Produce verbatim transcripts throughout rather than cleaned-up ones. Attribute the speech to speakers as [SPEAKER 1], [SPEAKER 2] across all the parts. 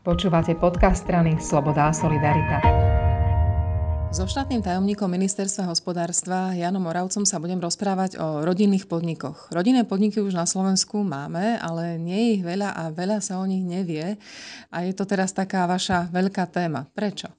[SPEAKER 1] Počúvate podcast strany Sloboda a Solidarita.
[SPEAKER 2] So štátnym tajomníkom Ministerstva hospodárstva Jánom Moravcom sa budem rozprávať o rodinných podnikoch. Rodinné podniky už na Slovensku máme, ale nie je ich veľa a veľa sa o nich nevie. A je to teraz taká vaša veľká téma. Prečo?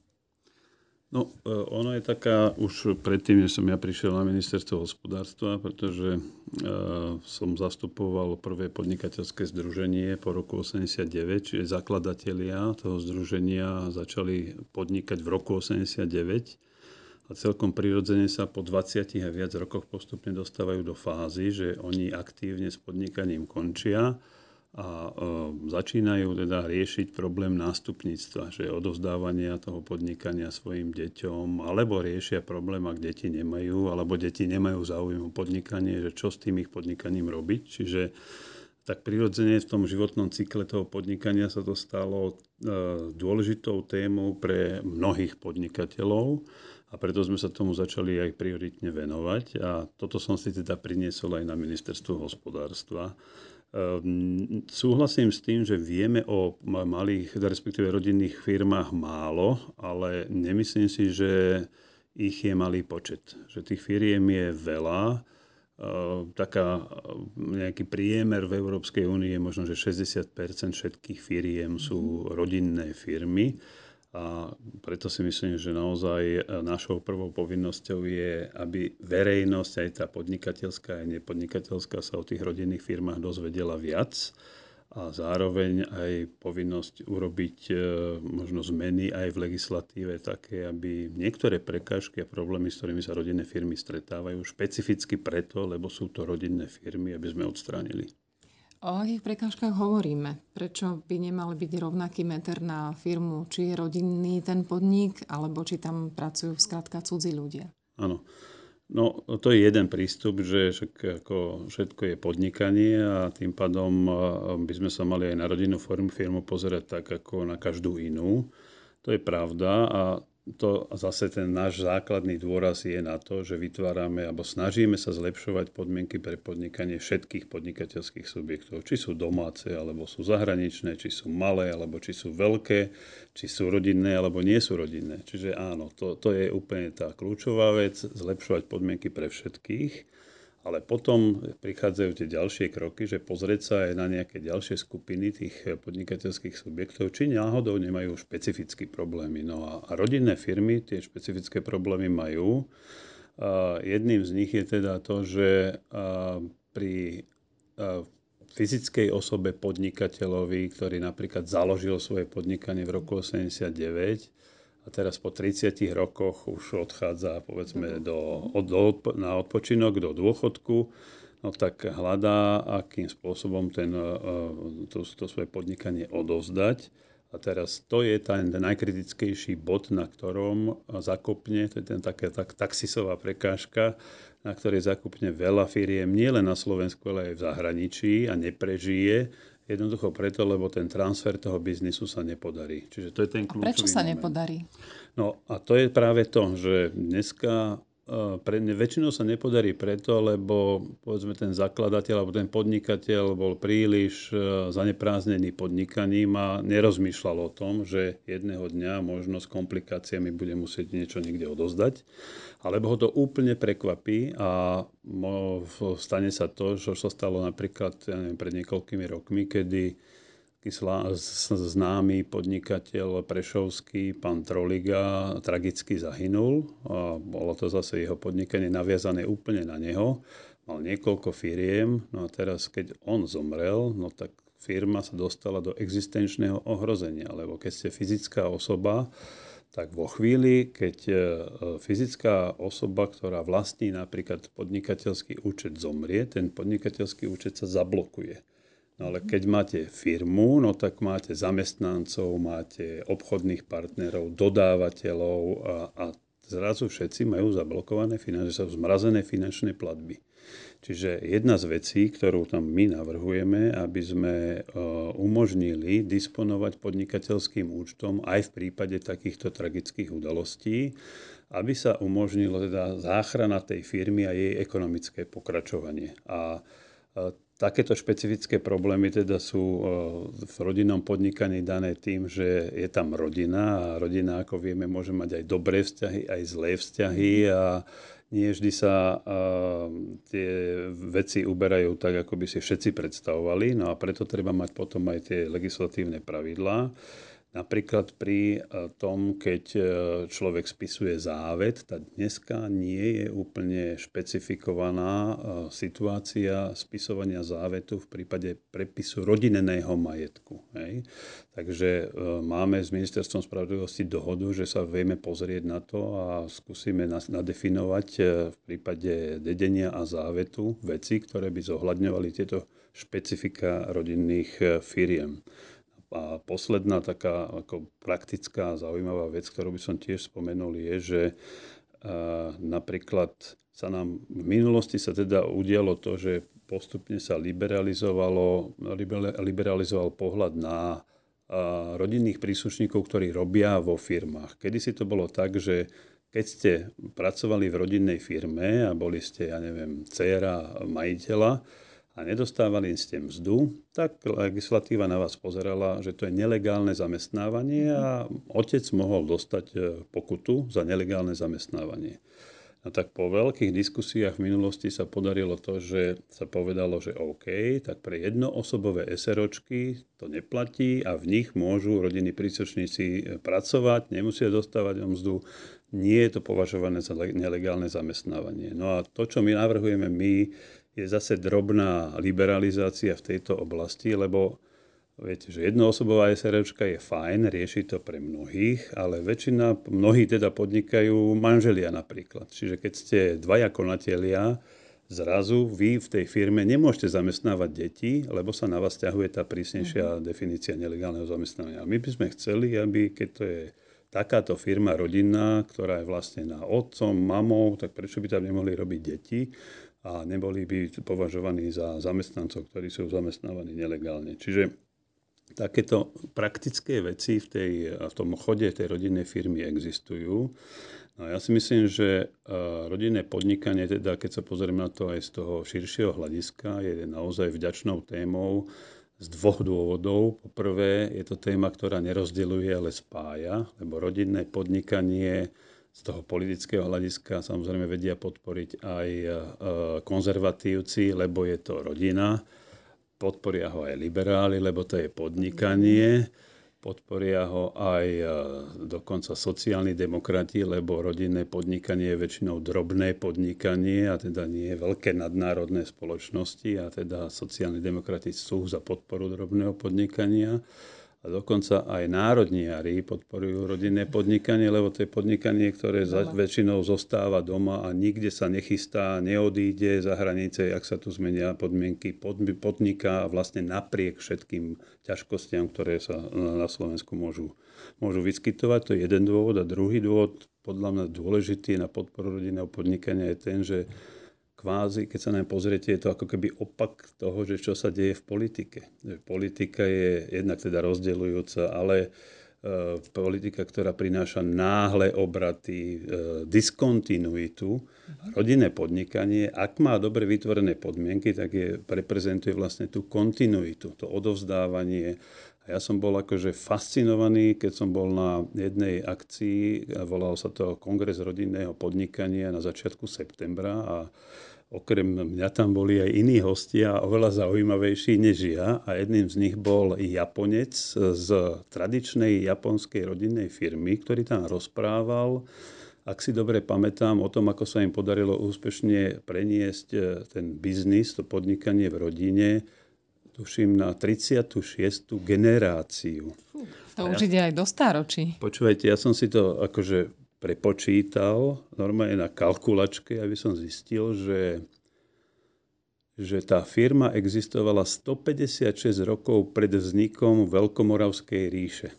[SPEAKER 3] No, ono je taká, už predtým, než som ja prišiel na ministerstvo hospodárstva, pretože uh, som zastupoval prvé podnikateľské združenie po roku osemdesiatdeväť, čiže zakladatelia toho združenia začali podnikať v roku osemdesiatdeväť a celkom prirodzene sa po dvadsiatich a viac rokoch postupne dostávajú do fázy, že oni aktívne s podnikaním končia a e, začínajú teda riešiť problém nástupníctva, že odovzdávania toho podnikania svojim deťom, alebo riešia problém, ak deti nemajú, alebo deti nemajú záujem o podnikanie, že čo s tým ich podnikaním robiť. Čiže tak prirodzene v tom životnom cykle toho podnikania sa to stalo e, dôležitou témou pre mnohých podnikateľov a preto sme sa tomu začali aj prioritne venovať a toto som si teda priniesol aj na ministerstvo hospodárstva. Um, súhlasím s tým, že vieme o malých, respektíve rodinných firmách málo, ale nemyslím si, že ich je malý počet. Že tých firiem je veľa. Uh, taká nejaký priemer v Európskej únii je možno, že šesťdesiat percent všetkých firiem sú rodinné firmy. A preto si myslím, že naozaj našou prvou povinnosťou je, aby verejnosť, aj tá podnikateľská, aj nepodnikateľská, sa o tých rodinných firmách dozvedela viac a zároveň aj povinnosť urobiť možno zmeny aj v legislatíve také, aby niektoré prekážky a problémy, s ktorými sa rodinné firmy stretávajú, špecificky preto, lebo sú to rodinné firmy, aby sme odstránili.
[SPEAKER 2] O akých prekážkach hovoríme? Prečo by nemal byť rovnaký meter na firmu? Či je rodinný ten podnik, alebo či tam pracujú skrátka cudzí ľudia?
[SPEAKER 3] Áno. No, to je jeden prístup, že ako všetko je podnikanie a tým pádom by sme sa mali aj na rodinnú firmu pozerať tak, ako na každú inú. To je pravda a to zase ten náš základný dôraz je na to, že vytvárame alebo snažíme sa zlepšovať podmienky pre podnikanie všetkých podnikateľských subjektov. Či sú domáce, alebo sú zahraničné, či sú malé, alebo či sú veľké, či sú rodinné, alebo nie sú rodinné. Čiže áno, to, to je úplne tá kľúčová vec, zlepšovať podmienky pre všetkých. Ale potom prichádzajú tie ďalšie kroky, že pozrieť sa aj na nejaké ďalšie skupiny tých podnikateľských subjektov, či náhodou nemajú špecifické problémy. No a, a rodinné firmy tie špecifické problémy majú. A jedným z nich je teda to, že a, pri a, fyzickej osobe podnikateľovi, ktorý napríklad založil svoje podnikanie v roku osemdesiatdeväť, a teraz po tridsiatich rokoch už odchádza povedzme do, od, do, na odpočinok, do dôchodku, no tak hľadá, akým spôsobom ten, to, to svoje podnikanie odovzdať. A teraz to je ten najkritickejší bod, na ktorom zakopne, to je ten taká tak, taxisová prekážka, na ktorej zakopne veľa firiem, nielen na Slovensku, ale aj v zahraničí a neprežije. Jednoducho preto, lebo ten transfer toho biznisu sa nepodarí. Čiže to je ten kľúčový moment.
[SPEAKER 2] Prečo sa nepodarí?
[SPEAKER 3] No a to je práve to, že dneska pre, väčšinou sa nepodarí preto, lebo povedzme ten zakladateľ alebo ten podnikateľ bol príliš zanepráznený podnikaním a nerozmýšľal o tom, že jedného dňa možno s komplikáciami bude musieť niečo niekde odozdať. Alebo ho to úplne prekvapí a stane sa to, čo sa stalo napríklad ja neviem, pred niekoľkými rokmi, kedy známy podnikateľ prešovský, pán Troliga, tragicky zahynul. A bolo to zase jeho podnikanie naviazané úplne na neho. Mal niekoľko firiem, no a teraz, keď on zomrel, no tak firma sa dostala do existenčného ohrozenia, lebo keď ste fyzická osoba, tak vo chvíli, keď fyzická osoba, ktorá vlastní napríklad podnikateľský účet, zomrie, ten podnikateľský účet sa zablokuje. No ale keď máte firmu, no tak máte zamestnancov, máte obchodných partnerov, dodávateľov a, a zrazu všetci majú zablokované finančné, sú zmrazené finančné platby. Čiže jedna z vecí, ktorú tam my navrhujeme, aby sme umožnili disponovať podnikateľským účtom aj v prípade takýchto tragických udalostí, aby sa umožnilo teda záchrana tej firmy a jej ekonomické pokračovanie. A takéto špecifické problémy teda sú v rodinnom podnikaní dané tým, že je tam rodina a rodina, ako vieme, môže mať aj dobré vzťahy, aj zlé vzťahy a nie vždy sa tie veci uberajú tak, ako by si všetci predstavovali. No a preto treba mať potom aj tie legislatívne pravidlá. Napríklad pri tom, keď človek spisuje závet, tak dneska nie je úplne špecifikovaná situácia spisovania závetu v prípade prepisu rodinného majetku. Hej. Takže máme s Ministerstvom spravodlivosti dohodu, že sa vieme pozrieť na to a skúsime nadefinovať v prípade dedenia a závetu veci, ktoré by zohľadňovali tieto špecifika rodinných firiem. A posledná taká ako praktická a zaujímavá vec, ktorú by som tiež spomenul, je, že a, napríklad sa nám v minulosti sa teda udialo to, že postupne sa liberalizovalo, liberalizoval pohľad na a, rodinných príslušníkov, ktorí robia vo firmách. Kedysi to bolo tak, že keď ste pracovali v rodinnej firme a boli ste, ja neviem, dcéra majiteľa, a nedostávali ste mzdu, tak legislatíva na vás pozerala, že to je nelegálne zamestnávanie a otec mohol dostať pokutu za nelegálne zamestnávanie. No tak po veľkých diskusiách v minulosti sa podarilo to, že sa povedalo, že OK, tak pre jednoosobové SROčky to neplatí a v nich môžu rodinní príslušníci pracovať, nemusia dostávať mzdu. Nie je to považované za nelegálne zamestnávanie. No a to, čo my navrhujeme my, je zase drobná liberalizácia v tejto oblasti, lebo viete, že jednoosobová SROčka je fajn, rieši to pre mnohých, ale väčšina, mnohí teda podnikajú manželia napríklad. Čiže keď ste dvaja konatelia, zrazu vy v tej firme nemôžete zamestnávať deti, lebo sa na vás ťahuje tá prísnejšia mm-hmm. definícia nelegálneho zamestnávania. My by sme chceli, aby keď to je takáto firma rodinná, ktorá je vlastne na otcom, mamou, tak prečo by tam nemohli robiť deti? A neboli by považovaní za zamestnancov, ktorí sú zamestnávaní nelegálne. Čiže takéto praktické veci v, tej, v tom chode tej rodinnej firmy existujú. No ja si myslím, že rodinné podnikanie, teda keď sa pozrieme na to aj z toho širšieho hľadiska, je naozaj vďačnou témou z dvoch dôvodov. Po prvé, je to téma, ktorá nerozdeľuje, ale spája, lebo rodinné podnikanie z toho politického hľadiska samozrejme vedia podporiť aj konzervatívci, lebo je to rodina. Podporia ho aj liberáli, lebo to je podnikanie. Podporia ho aj dokonca sociálni demokrati, lebo rodinné podnikanie je väčšinou drobné podnikanie a teda nie je veľké nadnárodné spoločnosti a teda sociálni demokrati sú za podporu drobného podnikania. A dokonca aj národniari podporujú rodinné podnikanie, lebo to je podnikanie, ktoré za, väčšinou zostáva doma a nikde sa nechystá, neodíde za hranice, ak sa tu zmenia podmienky, pod, podniká vlastne napriek všetkým ťažkostiam, ktoré sa na Slovensku môžu, môžu vyskytovať. To je jeden dôvod. A druhý dôvod, podľa mňa dôležitý na podporu rodinného podnikania je ten, že kvázi, keď sa nám pozriete, je to ako keby opak toho, že čo sa deje v politike. Že politika je jednak teda rozdeľujúca, ale e, politika, ktorá prináša náhle obraty, e, diskontinuitu. Rodinné podnikanie, ak má dobre vytvorené podmienky, tak je, reprezentuje vlastne tú kontinuitu, to odovzdávanie. A ja som bol akože fascinovaný, keď som bol na jednej akcii, volal sa to Kongres rodinného podnikania na začiatku septembra a okrem mňa tam boli aj iní hostia, oveľa zaujímavejší než ja. A jedným z nich bol Japonec z tradičnej japonskej rodinnej firmy, ktorý tam rozprával, ak si dobre pamätám, o tom, ako sa im podarilo úspešne preniesť ten biznis, to podnikanie v rodine, tuším na tridsiatu šiestej generáciu.
[SPEAKER 2] Fú, to už ja, ide aj do stáročí.
[SPEAKER 3] Počúvajte, ja som si to akože prepočítal normálne na kalkulačke, aby som zistil, že, že tá firma existovala stopäťdesiatšesť rokov pred vznikom Veľkomoravskej ríše.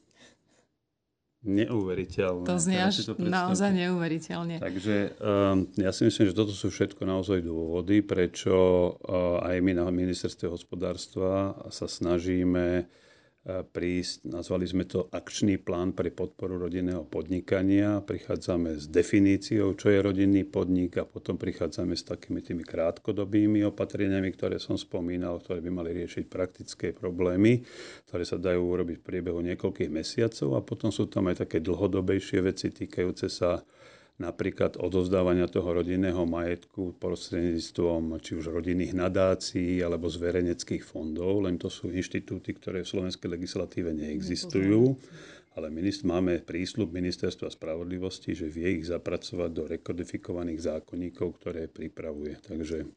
[SPEAKER 3] Neuveriteľné.
[SPEAKER 2] To znie až naozaj neuveriteľne.
[SPEAKER 3] Takže um, ja si myslím, že toto sú všetko naozaj dôvody, prečo uh, aj my na ministerstve hospodárstva sa snažíme prísť, nazvali sme to akčný plán pre podporu rodinného podnikania. Prichádzame s definíciou, čo je rodinný podnik a potom prichádzame s takými tými krátkodobými opatreniami, ktoré som spomínal, ktoré by mali riešiť praktické problémy, ktoré sa dajú urobiť v priebehu niekoľkých mesiacov a potom sú tam aj také dlhodobejšie veci týkajúce sa napríklad odovzdávania toho rodinného majetku prostredníctvom či už rodinných nadácií alebo zverejneckých fondov, len to sú inštitúty, ktoré v slovenskej legislatíve neexistujú, ale ministr, máme prísľub Ministerstva spravodlivosti, že vie ich zapracovať do rekodifikovaných zákonníkov, ktoré pripravuje. Takže...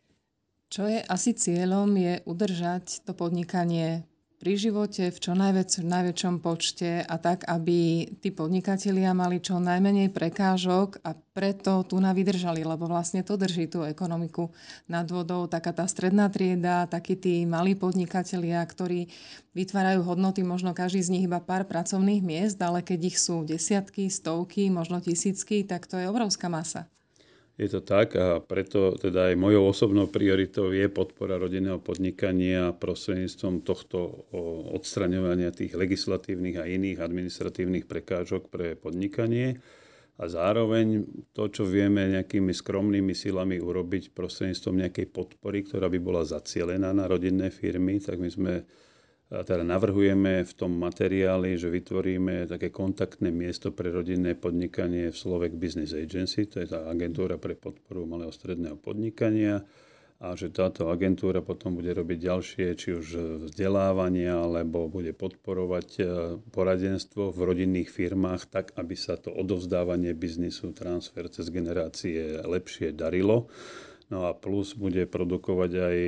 [SPEAKER 2] Čo je asi cieľom, je udržať to podnikanie pri živote v čo najväč- najväčšom počte a tak, aby tí podnikatelia mali čo najmenej prekážok a preto tu na vydržali, lebo vlastne to drží tú ekonomiku nad vodou. Taká tá stredná trieda, takí tí malí podnikatelia, ktorí vytvárajú hodnoty, možno každý z nich iba pár pracovných miest, ale keď ich sú desiatky, stovky, možno tisícky, tak to je obrovská masa.
[SPEAKER 3] Je to tak a preto teda aj mojou osobnou prioritou je podpora rodinného podnikania prostredníctvom tohto odstraňovania tých legislatívnych a iných administratívnych prekážok pre podnikanie a zároveň to, čo vieme nejakými skromnými silami urobiť prostredníctvom nejakej podpory, ktorá by bola zacielená na rodinné firmy, tak my sme A teda navrhujeme v tom materiáli, že vytvoríme také kontaktné miesto pre rodinné podnikanie v Slovak Business Agency, to je tá agentúra pre podporu malého stredného podnikania a že táto agentúra potom bude robiť ďalšie, či už vzdelávania, alebo bude podporovať poradenstvo v rodinných firmách tak, aby sa to odovzdávanie biznisu, transfer cez generácie lepšie darilo. No a plus bude produkovať aj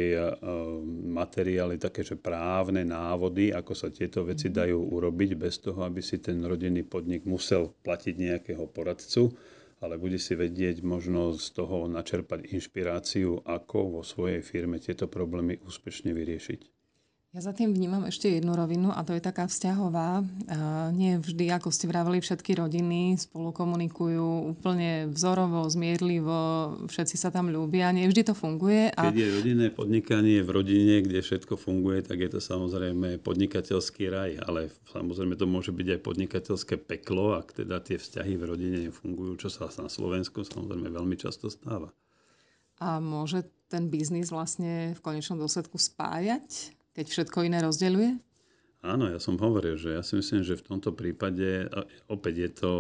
[SPEAKER 3] materiály, také, že právne návody, ako sa tieto veci dajú urobiť bez toho, aby si ten rodinný podnik musel platiť nejakého poradcu, ale bude si vedieť možno z toho načerpať inšpiráciu, ako vo svojej firme tieto problémy úspešne vyriešiť.
[SPEAKER 2] Ja za tým vnímam ešte jednu rovinu a to je taká vzťahová. Nie vždy, ako ste vraveli, všetky rodiny spolu komunikujú úplne vzorovo, zmierlivo, všetci sa tam ľúbia, nie vždy to funguje. A...
[SPEAKER 3] Keď je rodinné podnikanie v rodine, kde všetko funguje, tak je to samozrejme podnikateľský raj, ale samozrejme to môže byť aj podnikateľské peklo, ak teda tie vzťahy v rodine nefungujú, čo sa na Slovensku samozrejme veľmi často stáva.
[SPEAKER 2] A môže ten biznis vlastne v konečnom dôsledku spájať, keď všetko iné rozdeľuje?
[SPEAKER 3] Áno, ja som hovoril, že ja si myslím, že v tomto prípade opäť je to,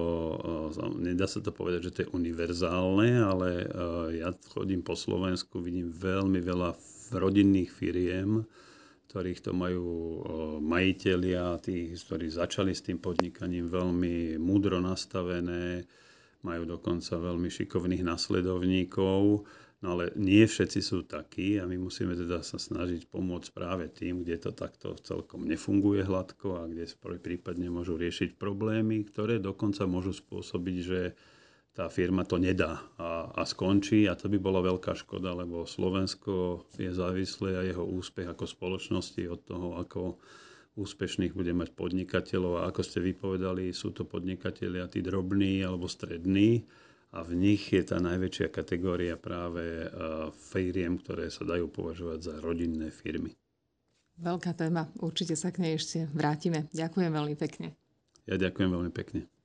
[SPEAKER 3] nedá sa to povedať, že to je univerzálne, ale ja chodím po Slovensku, vidím veľmi veľa rodinných firiem, ktorých to majú majitelia, tí, ktorí začali s tým podnikaním veľmi múdro nastavené, majú dokonca veľmi šikovných nasledovníkov. No ale nie všetci sú takí a my musíme teda sa snažiť pomôcť práve tým, kde to takto celkom nefunguje hladko a kde prípadne môžu riešiť problémy, ktoré dokonca môžu spôsobiť, že tá firma to nedá a, a skončí a to by bola veľká škoda, lebo Slovensko je závislé a jeho úspech ako spoločnosti od toho, ako úspešných bude mať podnikateľov a ako ste vypovedali, sú to podnikatelia tí drobní alebo strední. A v nich je tá najväčšia kategória práve firiem, ktoré sa dajú považovať za rodinné firmy.
[SPEAKER 2] Veľká téma, určite sa k nej ešte vrátime. Ďakujem veľmi pekne.
[SPEAKER 3] Ja ďakujem veľmi pekne.